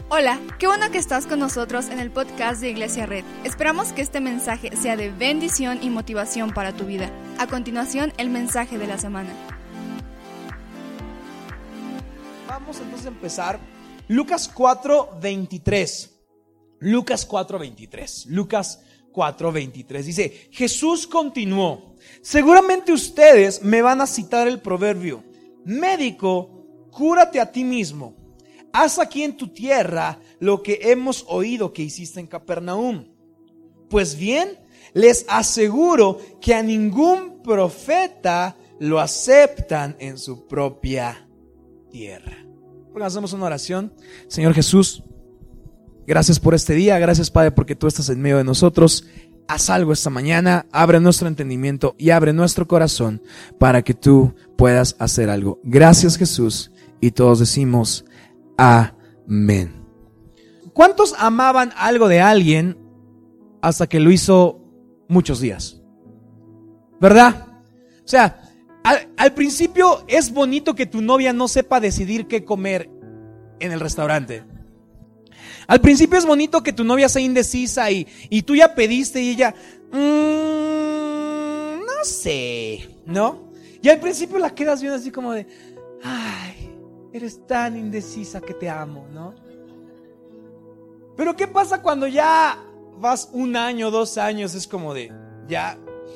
Hola, qué bueno que estás con nosotros en el podcast de Iglesia Red. Esperamos que este mensaje sea de bendición y motivación para tu vida. A continuación, el mensaje de la semana. Vamos entonces a empezar. Lucas 4:23. Lucas 4:23 dice: Jesús continuó: seguramente ustedes me van a citar el proverbio: médico, cúrate a ti mismo. Haz aquí en tu tierra lo que hemos oído que hiciste en Capernaum. Pues bien, les aseguro que a ningún profeta lo aceptan en su propia tierra. Porque hacemos una oración. Señor Jesús, gracias por este día. Gracias, Padre, porque tú estás en medio de nosotros. Haz algo esta mañana. Abre nuestro entendimiento y abre nuestro corazón para que tú puedas hacer algo. Gracias, Jesús. Y todos decimos amén. ¿Cuántos amaban algo de alguien hasta que lo hizo muchos días? ¿Verdad? O sea, al principio es bonito que tu novia no sepa decidir qué comer en el restaurante. Al principio es bonito que tu novia sea indecisa y tú ya pediste y ella no sé, ¿no? Y al principio la quedas viendo así como de ay, eres tan indecisa que te amo, ¿no? Pero ¿qué pasa cuando ya vas 1 año, 2 años? Es como de ya.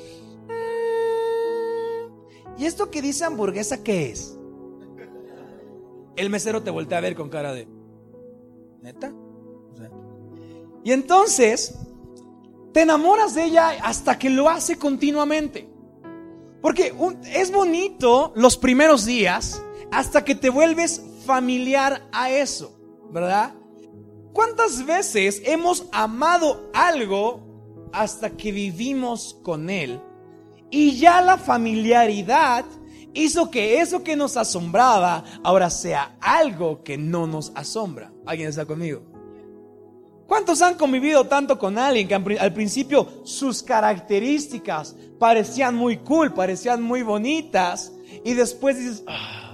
¿Y esto que dice hamburguesa qué es? El mesero te voltea a ver con cara de ¿neta? O sea, y entonces te enamoras de ella hasta que lo hace continuamente. Porque es bonito los primeros días hasta que te vuelves familiar a eso, ¿verdad? ¿Cuántas veces hemos amado algo hasta que vivimos con él? Y ya la familiaridad hizo que eso que nos asombraba ahora sea algo que no nos asombra. ¿Alguien está conmigo? ¿Cuántos han convivido tanto con alguien que al principio sus características parecían muy cool, parecían muy bonitas, y después dices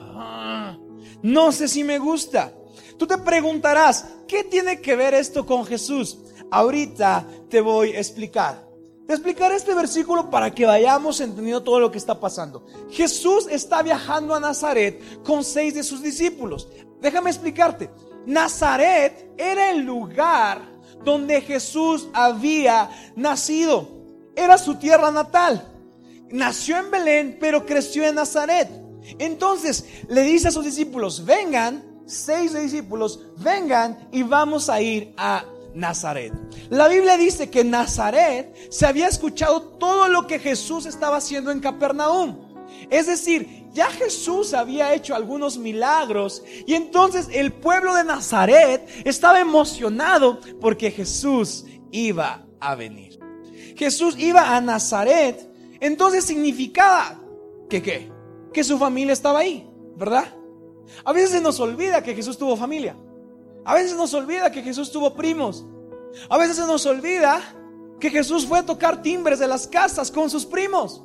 no sé si me gusta? Tú te preguntarás, ¿qué tiene que ver esto con Jesús? Ahorita te voy a explicar. Te explicaré este versículo para que vayamos entendiendo todo lo que está pasando. Jesús está viajando a Nazaret con 6 de sus discípulos. Déjame explicarte. Nazaret era el lugar donde Jesús había nacido. Era su tierra natal. Nació en Belén, pero creció en Nazaret. Entonces le dice a sus discípulos: vengan, 6 discípulos, vengan y vamos a ir a Nazaret. La Biblia dice que en Nazaret se había escuchado todo lo que Jesús estaba haciendo en Capernaum. Es decir, ya Jesús había hecho algunos milagros y entonces el pueblo de Nazaret estaba emocionado porque Jesús iba a venir. Jesús iba a Nazaret, entonces significaba que su familia estaba ahí, ¿verdad? A veces se nos olvida que Jesús tuvo familia. A veces se nos olvida que Jesús tuvo primos. A veces se nos olvida que Jesús fue a tocar timbres de las casas con sus primos.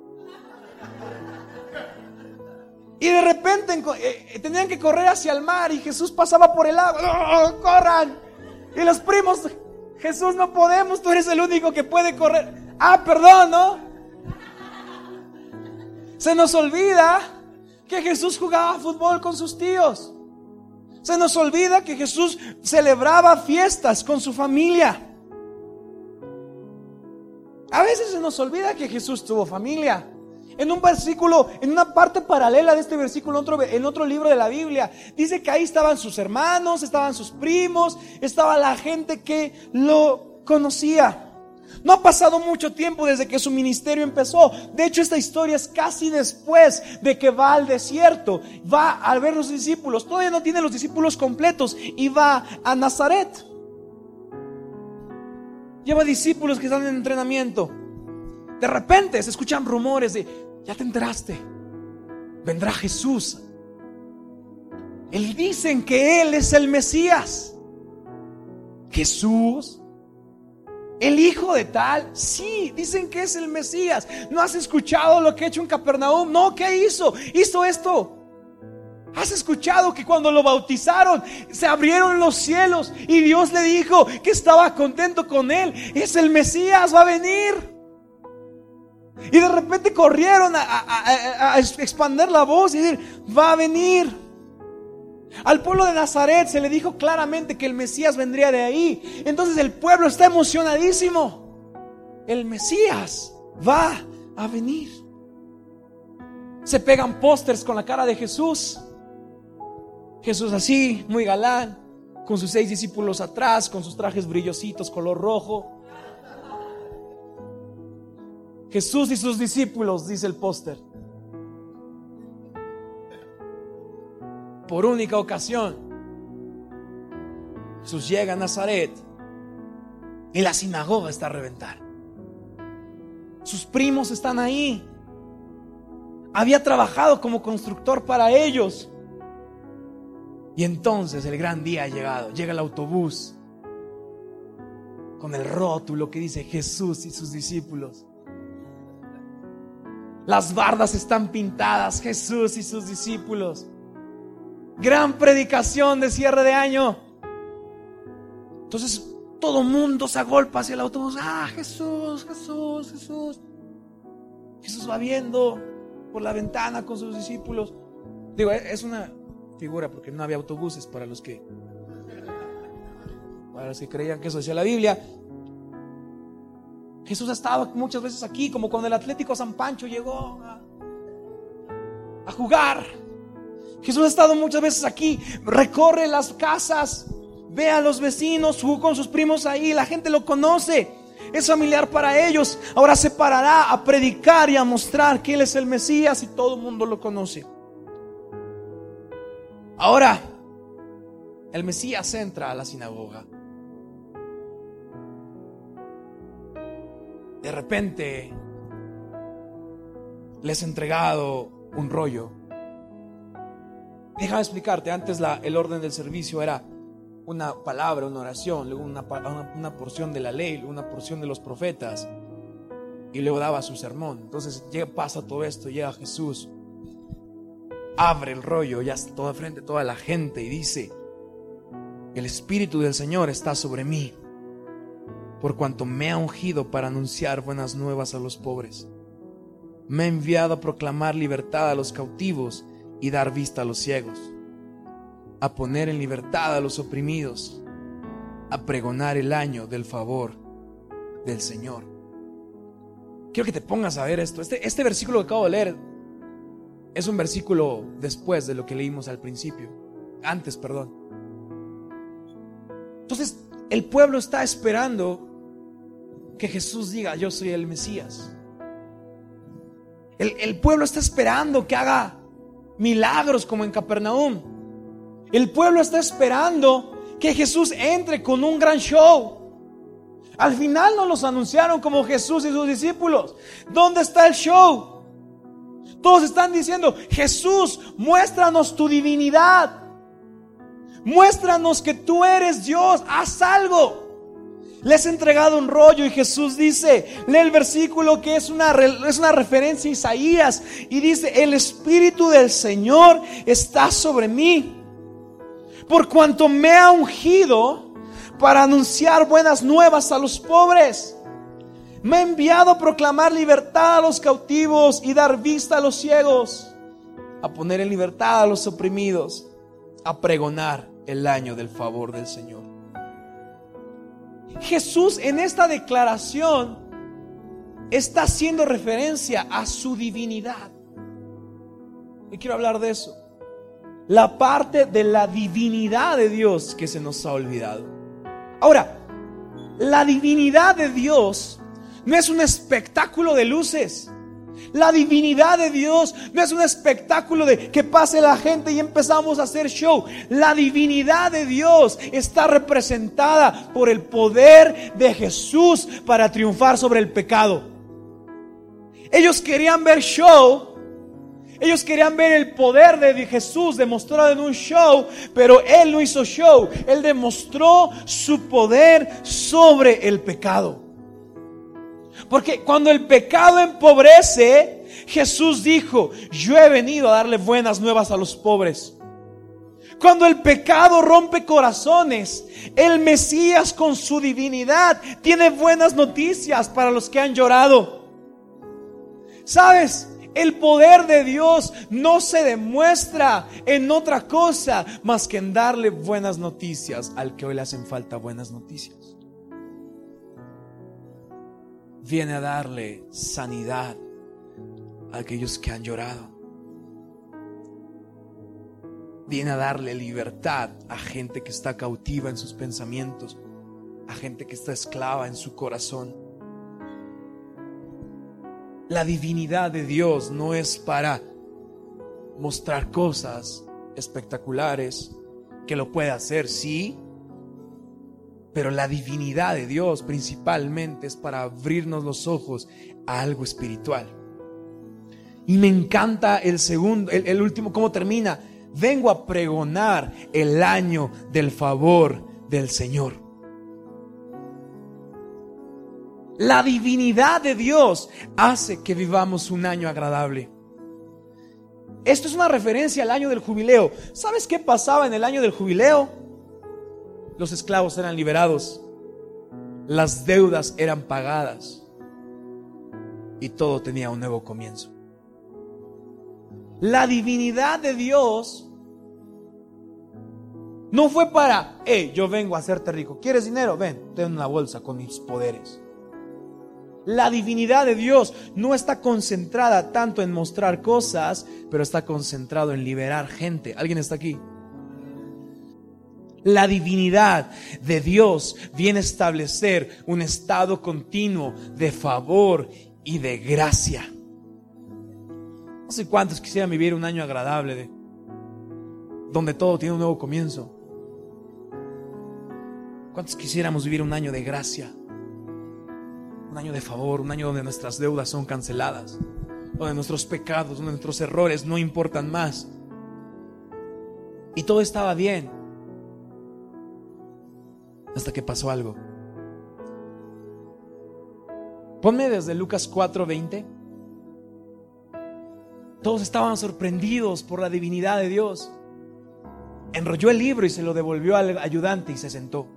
Y de repente tenían que correr hacia el mar y Jesús pasaba por el agua. ¡Oh, corran! Y los primos: Jesús, no podemos, tú eres el único que puede correr. Perdón, ¿no? Se nos olvida que Jesús jugaba fútbol con sus tíos. Se nos olvida que Jesús celebraba fiestas con su familia. A veces se nos olvida que Jesús tuvo familia. En un versículo, en una parte paralela de este versículo, en otro libro de la Biblia, dice que ahí estaban sus hermanos, estaban sus primos, estaba la gente que lo conocía. No ha pasado mucho tiempo desde que su ministerio empezó. De hecho, esta historia es casi después de que va al desierto. Va a ver los discípulos. Todavía no tiene los discípulos completos y va a Nazaret. Lleva discípulos que están en entrenamiento. De repente se escuchan rumores de: ya te enteraste, vendrá Jesús. Dicen que Él es el Mesías. Jesús, el hijo de tal. Sí, dicen que es el Mesías. ¿No has escuchado lo que ha hecho en Capernaum? No, ¿qué hizo? Hizo esto. ¿Has escuchado que cuando lo bautizaron se abrieron los cielos y Dios le dijo que estaba contento con él? Es el Mesías, va a venir. Y de repente corrieron a expandir la voz y decir, va a venir. Al pueblo de Nazaret se le dijo claramente que el Mesías vendría de ahí. Entonces el pueblo está emocionadísimo. El Mesías va a venir. Se pegan pósters con la cara de Jesús. Jesús así, muy galán, con sus 6 discípulos atrás, con sus trajes brillositos, color rojo. Jesús y sus discípulos, dice el póster. Por única ocasión, Jesús llega a Nazaret y la sinagoga está a reventar. Sus primos están ahí. Había trabajado como constructor para ellos. Y entonces el gran día ha llegado. Llega el autobús con el rótulo que dice Jesús y sus discípulos. Las bardas están pintadas, Jesús y sus discípulos. Gran predicación de cierre de año. Entonces todo mundo se agolpa hacia el autobús. Jesús, Jesús, Jesús. Jesús va viendo por la ventana con sus discípulos. Digo, es una figura porque no había autobuses para los que creían que eso decía la Biblia. Jesús ha estado muchas veces aquí, como cuando el Atlético San Pancho llegó a jugar. Jesús ha estado muchas veces aquí, recorre las casas, ve a los vecinos, jugó con sus primos ahí, la gente lo conoce, es familiar para ellos. Ahora se parará a predicar y a mostrar que Él es el Mesías y todo el mundo lo conoce. Ahora el Mesías entra a la sinagoga. De repente les he entregado un rollo. Déjame explicarte. Antes el orden del servicio era una palabra, una oración, luego una porción de la ley, luego una porción de los profetas, y luego daba su sermón. Entonces pasa todo esto, llega Jesús, abre el rollo, ya está toda frente, toda la gente, y dice: el Espíritu del Señor está sobre mí, por cuanto me ha ungido para anunciar buenas nuevas a los pobres. Me ha enviado a proclamar libertad a los cautivos y dar vista a los ciegos, a poner en libertad a los oprimidos, a pregonar el año del favor del Señor. Quiero que te pongas a ver esto. Este versículo que acabo de leer es un versículo después de lo que leímos al principio. Antes, perdón. Entonces, el pueblo está esperando que Jesús diga: yo soy el Mesías. El pueblo está esperando que haga milagros como en Capernaum. El pueblo está esperando que Jesús entre con un gran show. Al final no los anunciaron como Jesús y sus discípulos. ¿Dónde está el show? Todos están diciendo: Jesús, muéstranos tu divinidad. Muéstranos que tú eres Dios, haz algo. Les he entregado un rollo y Jesús dice, lee el versículo que es una referencia a Isaías, y dice: el Espíritu del Señor está sobre mí, por cuanto me ha ungido para anunciar buenas nuevas a los pobres. Me ha enviado a proclamar libertad a los cautivos y dar vista a los ciegos, a poner en libertad a los oprimidos, a pregonar el año del favor del Señor. Jesús en esta declaración está haciendo referencia a su divinidad. Y quiero hablar de eso. La parte de la divinidad de Dios que se nos ha olvidado. Ahora, la divinidad de Dios no es un espectáculo de luces. La divinidad de Dios no es un espectáculo de que pase la gente y empezamos a hacer show. La divinidad de Dios está representada por el poder de Jesús para triunfar sobre el pecado. Ellos querían ver show. Ellos querían ver el poder de Jesús demostrado en un show, pero Él no hizo show. Él demostró su poder sobre el pecado. Porque cuando el pecado empobrece, Jesús dijo: yo he venido a darle buenas nuevas a los pobres. Cuando el pecado rompe corazones, el Mesías con su divinidad tiene buenas noticias para los que han llorado. ¿Sabes? El poder de Dios no se demuestra en otra cosa más que en darle buenas noticias al que hoy le hacen falta buenas noticias. Viene a darle sanidad a aquellos que han llorado. Viene a darle libertad a gente que está cautiva en sus pensamientos, a gente que está esclava en su corazón. La divinidad de Dios no es para mostrar cosas espectaculares, que lo puede hacer, sí, pero la divinidad de Dios principalmente es para abrirnos los ojos a algo espiritual. Y me encanta el último, cómo termina. Vengo a pregonar el año del favor del Señor. La divinidad de Dios hace que vivamos un año agradable. Esto es una referencia al año del jubileo. ¿Sabes qué pasaba en el año del jubileo? Los esclavos eran liberados, las deudas eran pagadas y todo tenía un nuevo comienzo. La divinidad de Dios no fue para, yo vengo a hacerte rico. ¿Quieres dinero? Ven, ten una bolsa con mis poderes. La divinidad de Dios no está concentrada tanto en mostrar cosas, pero está concentrado en liberar gente. ¿Alguien está aquí? La divinidad de Dios viene a establecer un estado continuo de favor y de gracia. No sé cuántos quisieran vivir un año agradable, donde todo tiene un nuevo comienzo. ¿Cuántos quisiéramos vivir un año de gracia? Un año de favor, un año donde nuestras deudas son canceladas, donde nuestros pecados, donde nuestros errores no importan más. Y todo estaba bien, hasta que pasó algo. Ponme desde Lucas 4:20. Todos estaban sorprendidos por la divinidad de Dios. Enrolló el libro y se lo devolvió al ayudante y se sentó.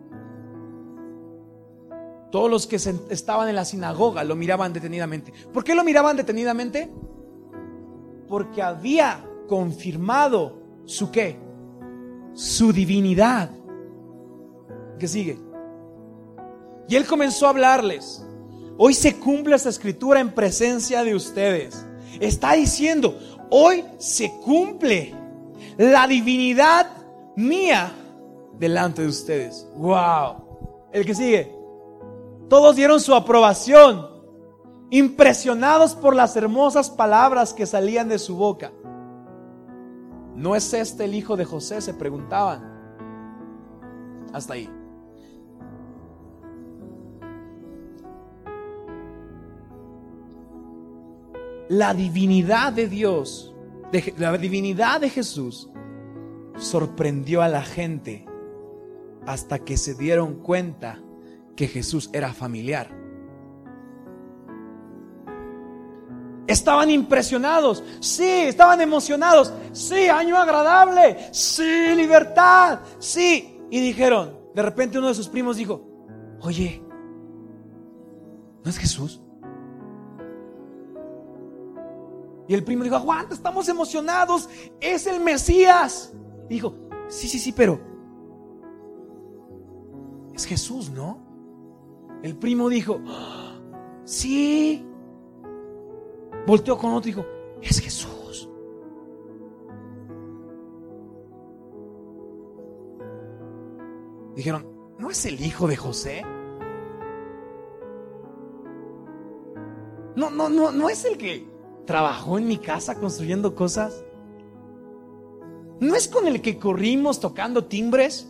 Todos los que estaban en la sinagoga lo miraban detenidamente. ¿Por qué lo miraban detenidamente? Porque había confirmado su ¿qué? Su divinidad. ¿Qué sigue? Y él comenzó a hablarles. Hoy se cumple esta escritura en presencia de ustedes. Está diciendo, hoy se cumple la divinidad mía delante de ustedes. ¡Wow! El que sigue. Todos dieron su aprobación, impresionados por las hermosas palabras que salían de su boca. ¿No es este el hijo de José?, se preguntaban. Hasta ahí. La divinidad de Dios, la divinidad de Jesús, sorprendió a la gente hasta que se dieron cuenta que Jesús era familiar. Estaban impresionados, sí, estaban emocionados, sí, año agradable, sí, libertad, sí. Y dijeron, de repente uno de sus primos dijo, oye, ¿no es Jesús? Y el primo dijo, aguanta, estamos emocionados, es el Mesías. Y dijo, sí, pero es Jesús, ¿no? El primo dijo, sí. Volteó con otro y dijo, es Jesús. Dijeron, ¿no es el hijo de José? No es el que trabajó en mi casa construyendo cosas. ¿No es con el que corrimos tocando timbres?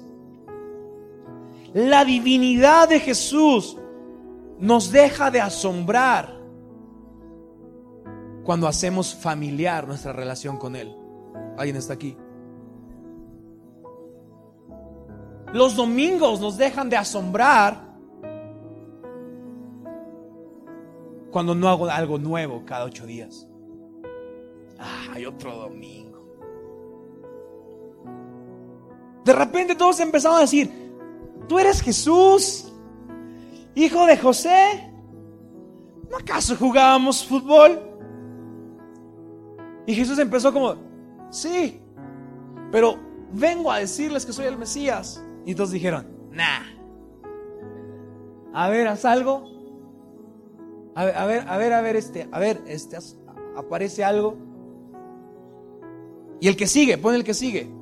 La divinidad de Jesús nos deja de asombrar cuando hacemos familiar nuestra relación con Él. ¿Alguien está aquí? Los domingos nos dejan de asombrar cuando no hago algo nuevo cada 8 días. Hay otro domingo. De repente todos empezaron a decir: ¿tú eres Jesús, hijo de José? ¿No acaso jugábamos fútbol? Y Jesús empezó como: sí, pero vengo a decirles que soy el Mesías. Y todos dijeron: nah. A ver, haz algo. A ver, aparece algo. Y el que sigue, pon el que sigue.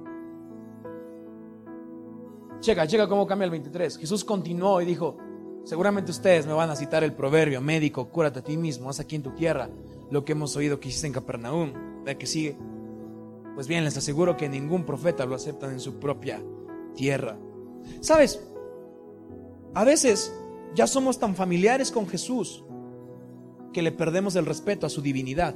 Checa cómo cambia el 23. Jesús continuó y dijo: seguramente ustedes me van a citar el proverbio: médico, cúrate a ti mismo, haz aquí en tu tierra lo que hemos oído que hiciste en Capernaum. Ve que sigue. Pues bien, les aseguro que ningún profeta lo aceptan en su propia tierra. ¿Sabes? A veces ya somos tan familiares con Jesús que le perdemos el respeto a su divinidad.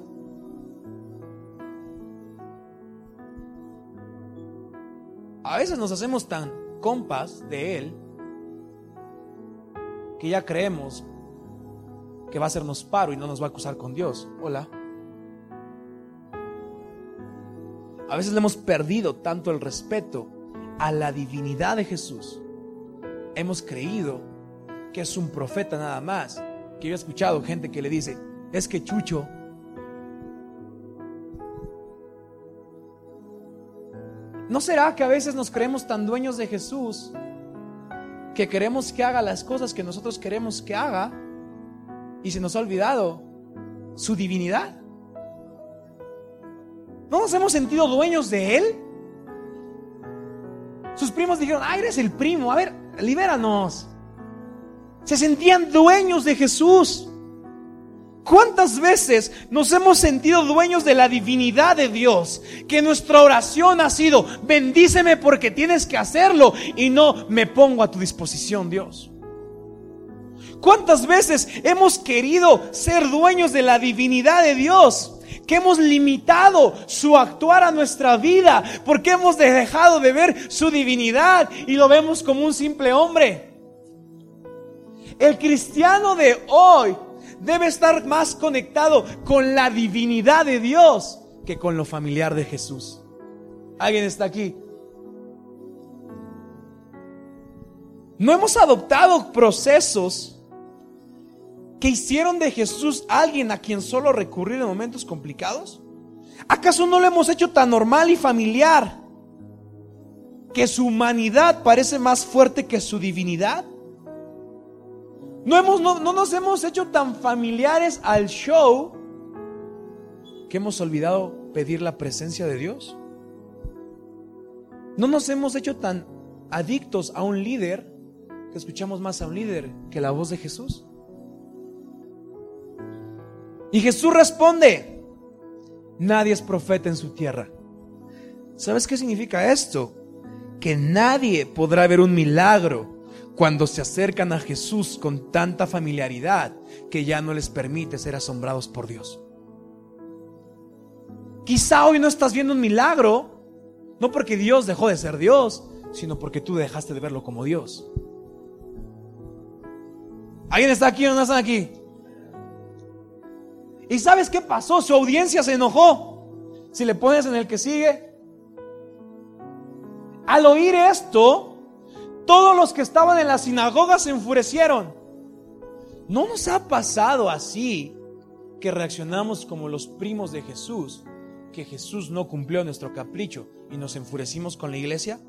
A veces nos hacemos tan compas de Él que ya creemos que va a hacernos paro y no nos va a acusar con Dios. Hola. A veces le hemos perdido tanto el respeto a la divinidad de Jesús. Hemos creído que es un profeta nada más. Que yo he escuchado gente que le dice: es que Chucho. ¿No será que a veces nos creemos tan dueños de Jesús que queremos que haga las cosas que nosotros queremos que haga y se nos ha olvidado su divinidad? ¿No nos hemos sentido dueños de Él? Sus primos dijeron: ah, eres el primo, a ver, libéranos. Se sentían dueños de Jesús. ¿Cuántas veces nos hemos sentido dueños de la divinidad de Dios? Que nuestra oración ha sido: bendíceme porque tienes que hacerlo, y no: me pongo a tu disposición, Dios. ¿Cuántas veces hemos querido ser dueños de la divinidad de Dios? Que hemos limitado su actuar a nuestra vida porque hemos dejado de ver su divinidad y lo vemos como un simple hombre. El cristiano de hoy debe estar más conectado con la divinidad de Dios que con lo familiar de Jesús. ¿Alguien está aquí? ¿No hemos adoptado procesos que hicieron de Jesús alguien a quien solo recurrir en momentos complicados? ¿Acaso no lo hemos hecho tan normal y familiar que su humanidad parece más fuerte que su divinidad? ¿No nos hemos hecho tan familiares al show que hemos olvidado pedir la presencia de Dios? ¿No nos hemos hecho tan adictos a un líder que escuchamos más a un líder que la voz de Jesús? Y Jesús responde: nadie es profeta en su tierra. ¿Sabes qué significa esto? Que nadie podrá ver un milagro cuando se acercan a Jesús con tanta familiaridad que ya no les permite ser asombrados por Dios. Quizá hoy no estás viendo un milagro, no porque Dios dejó de ser Dios, sino porque tú dejaste de verlo como Dios. ¿Alguien está aquí o no están aquí? ¿Y sabes qué pasó? Su audiencia se enojó. Si le pones en el que sigue. Al oír esto, todos los que estaban en la sinagoga se enfurecieron. ¿No nos ha pasado así que reaccionamos como los primos de Jesús, que Jesús no cumplió nuestro capricho y nos enfurecimos con la iglesia?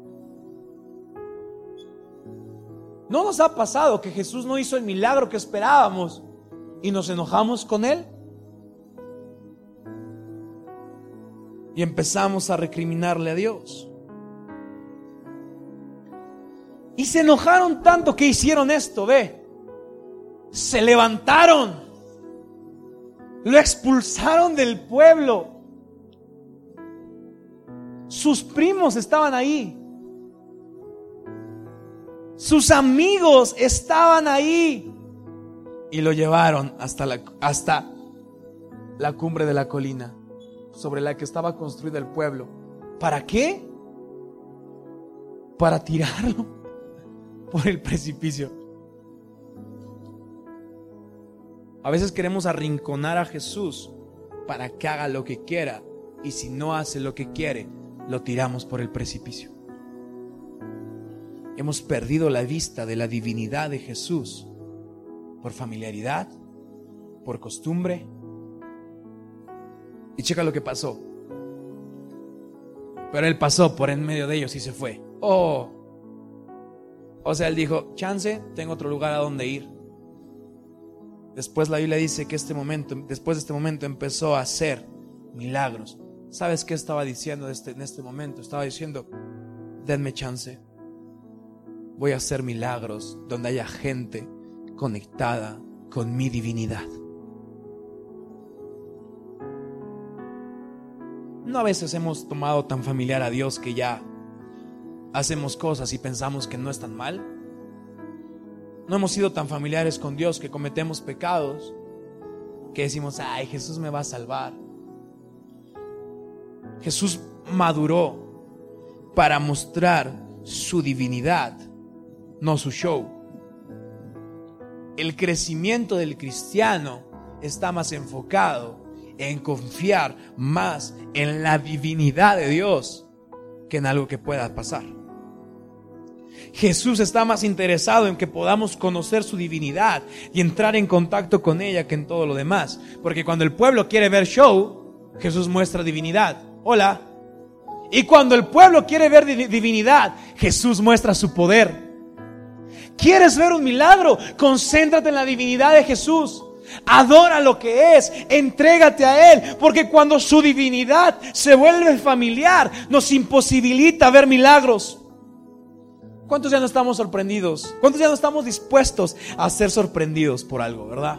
¿No nos ha pasado que Jesús no hizo el milagro que esperábamos y nos enojamos con Él? Y empezamos a recriminarle a Dios. Y se enojaron tanto que hicieron esto, ve. Se levantaron, lo expulsaron del pueblo. Sus primos estaban ahí, sus amigos estaban ahí, y lo llevaron hasta la cumbre de la colina sobre la que estaba construido el pueblo. ¿Para qué? Para tirarlo por el precipicio. A veces queremos arrinconar a Jesús para que haga lo que quiera, y si no hace lo que quiere, lo tiramos por el precipicio. hemos perdido la vista de la divinidad de Jesús por familiaridad, por costumbre. Y checa lo que pasó. Pero Él pasó por en medio de ellos y se fue. O sea, Él dijo, chance, tengo otro lugar a donde ir. Después la Biblia dice que después de este momento empezó a hacer milagros. ¿Sabes qué estaba diciendo en este momento? Estaba diciendo, denme chance. Voy a hacer milagros donde haya gente conectada con mi divinidad. No, a veces hemos tomado tan familiar a Dios que ya hacemos cosas y pensamos que no es tan mal. No hemos sido tan familiares con Dios que cometemos pecados que decimos, ay, Jesús me va a salvar. Jesús maduró para mostrar su divinidad, no su show. El crecimiento del cristiano está más enfocado en confiar más en la divinidad de Dios que en algo que pueda pasar. Jesús está más interesado en que podamos conocer su divinidad y entrar en contacto con ella que en todo lo demás. Porque cuando el pueblo quiere ver show, Jesús muestra divinidad. Hola. Y cuando el pueblo quiere ver divinidad, Jesús muestra su poder. ¿Quieres ver un milagro? Concéntrate en la divinidad de Jesús. Adora lo que es, entrégate a Él, porque cuando su divinidad se vuelve familiar, nos imposibilita ver milagros. ¿Cuántos ya no estamos sorprendidos? ¿Cuántos ya no estamos dispuestos a ser sorprendidos por algo, verdad?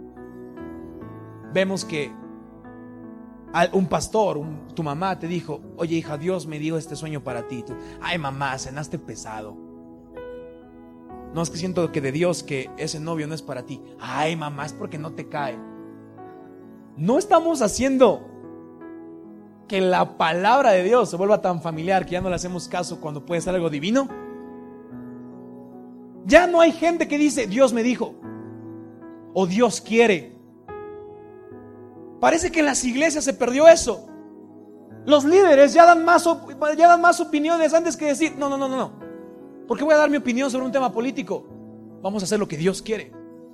Vemos que un pastor, tu mamá te dijo, oye hija, Dios me dio este sueño para ti. Tú, ay mamá, cenaste pesado. No, es que siento que de Dios que ese novio no es para ti. Ay mamá, es porque no te cae. No estamos haciendo que la palabra de Dios se vuelva tan familiar que ya no le hacemos caso cuando puede ser algo divino. Ya no hay gente que dice Dios me dijo o Dios quiere. Parece que en las iglesias se perdió eso. Los líderes ya dan más opiniones antes que decir no. ¿Por qué voy a dar mi opinión sobre un tema político? Vamos a hacer lo que Dios quiere.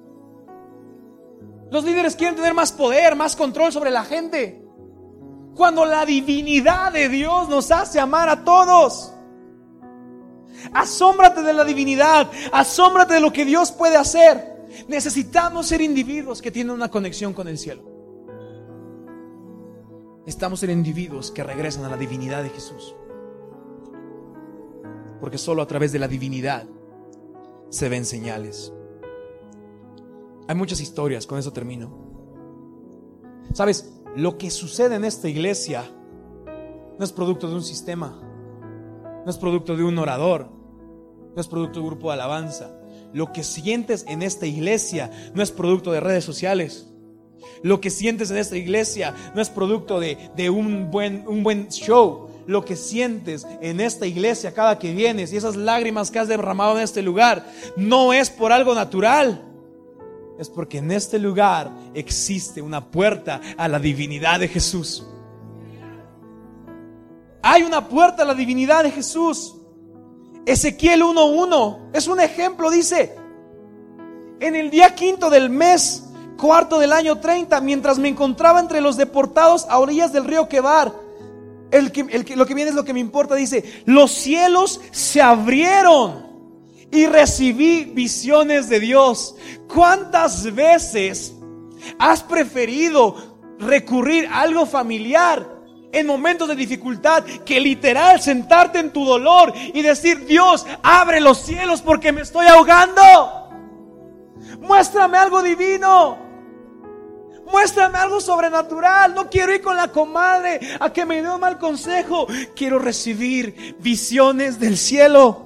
Los líderes quieren tener más poder, más control sobre la gente, cuando la divinidad de Dios nos hace amar a todos. Asómbrate de la divinidad, asómbrate de lo que Dios puede hacer. Necesitamos ser individuos que tienen una conexión con el cielo. Necesitamos ser individuos que regresan a la divinidad de Jesús, porque solo a través de la divinidad se ven señales. Hay muchas historias, con eso termino. ¿Sabes? Lo que sucede en esta iglesia no es producto de un sistema, no es producto de un orador, no es producto de un grupo de alabanza. Lo que sientes en esta iglesia no es producto de redes sociales. Lo que sientes en esta iglesia no es producto de un buen show. Lo que sientes en esta iglesia cada que vienes y esas lágrimas que has derramado en este lugar no es por algo natural. Es porque en este lugar existe una puerta a la divinidad de Jesús. Hay una puerta a la divinidad de Jesús. Ezequiel 1:1 es un ejemplo. Dice: en el día 5 del mes 4 del año 30, mientras me encontraba entre los deportados a orillas del río Quebar, lo que viene es lo que me importa. Dice: los cielos se abrieron y recibí visiones de Dios. ¿Cuántas veces has preferido recurrir a algo familiar en momentos de dificultad que literal sentarte en tu dolor y decir: Dios, abre los cielos porque me estoy ahogando? Muéstrame algo divino. Muéstrame algo sobrenatural. No quiero ir con la comadre a que me dé un mal consejo. Quiero recibir visiones del cielo.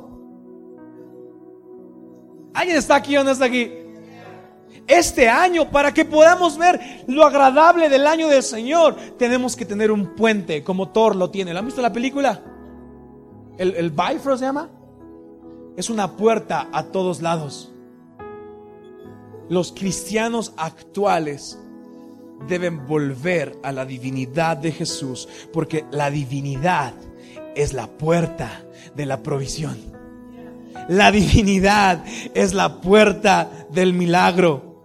¿Alguien está aquí o no está aquí? Este año, para que podamos ver lo agradable del año del Señor, tenemos que tener un puente como Thor lo tiene. ¿Lo han visto la película? El Bifrost se llama. Es una puerta a todos lados. Los cristianos actuales deben volver a la divinidad de Jesús, porque la divinidad es la puerta de la provisión. La divinidad es la puerta del milagro.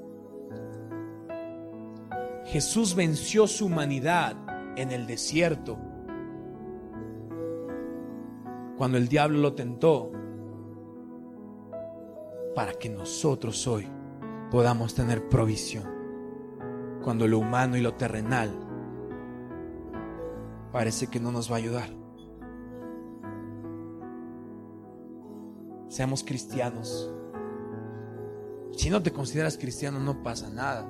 Jesús venció su humanidad en el desierto, cuando el diablo lo tentó, para que nosotros hoy podamos tener provisión, cuando lo humano y lo terrenal parece que no nos va a ayudar. Seamos cristianos. Si no te consideras cristiano, no pasa nada.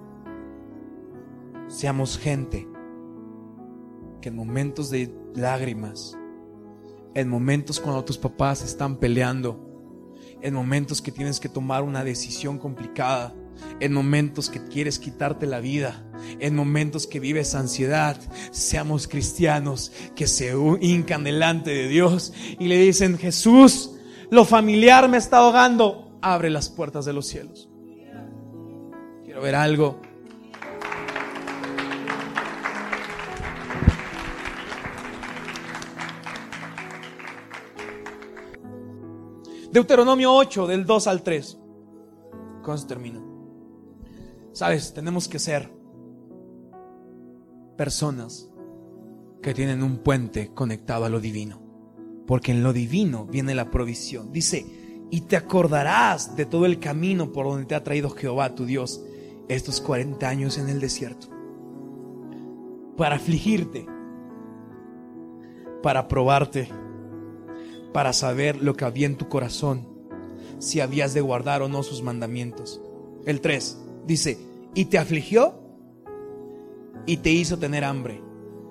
Seamos gente que en momentos de lágrimas, en momentos cuando tus papás están peleando, en momentos que tienes que tomar una decisión complicada, en momentos que quieres quitarte la vida, en momentos que vives ansiedad, seamos cristianos que se hincan delante de Dios y le dicen: Jesús, lo familiar me está ahogando, abre las puertas de los cielos. Quiero ver algo. Deuteronomio 8, del 2 al 3. Con eso termino. Sabes, tenemos que ser personas que tienen un puente conectado a lo divino, porque en lo divino viene la provisión. Dice: y te acordarás de todo el camino por donde te ha traído Jehová tu Dios estos 40 años en el desierto, para afligirte, para probarte, para saber lo que había en tu corazón, si habías de guardar o no sus mandamientos. El 3 dice: y te afligió y te hizo tener hambre.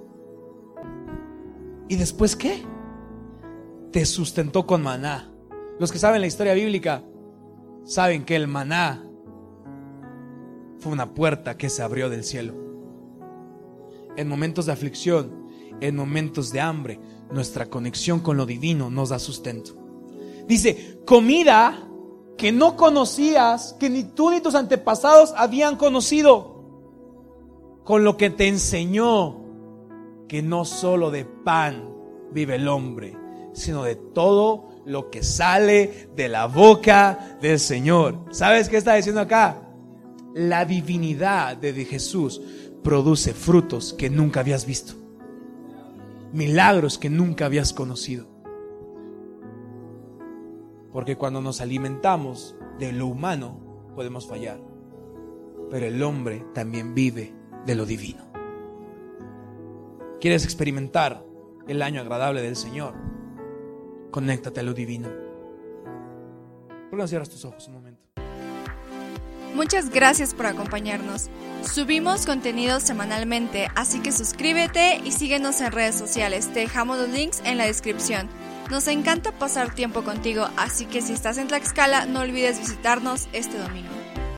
¿Y después qué? Te sustentó con maná. Los que saben la historia bíblica saben que el maná fue una puerta que se abrió del cielo. En momentos de aflicción, en momentos de hambre, nuestra conexión con lo divino nos da sustento. Dice: comida que no conocías, que ni tú ni tus antepasados habían conocido, con lo que te enseñó que no solo de pan vive el hombre, sino de todo lo que sale de la boca del Señor. ¿Sabes qué está diciendo acá? La divinidad de Jesús produce frutos que nunca habías visto, milagros que nunca habías conocido. Porque cuando nos alimentamos de lo humano podemos fallar, pero el hombre también vive de lo divino. ¿Quieres experimentar el año agradable del Señor? Conéctate a lo divino. ¿Por qué no cierras tus ojos un momento? Muchas gracias por acompañarnos. Subimos contenido semanalmente, así que suscríbete y síguenos en redes sociales. Te dejamos los links en la descripción. Nos encanta pasar tiempo contigo, así que si estás en Tlaxcala, no olvides visitarnos este domingo.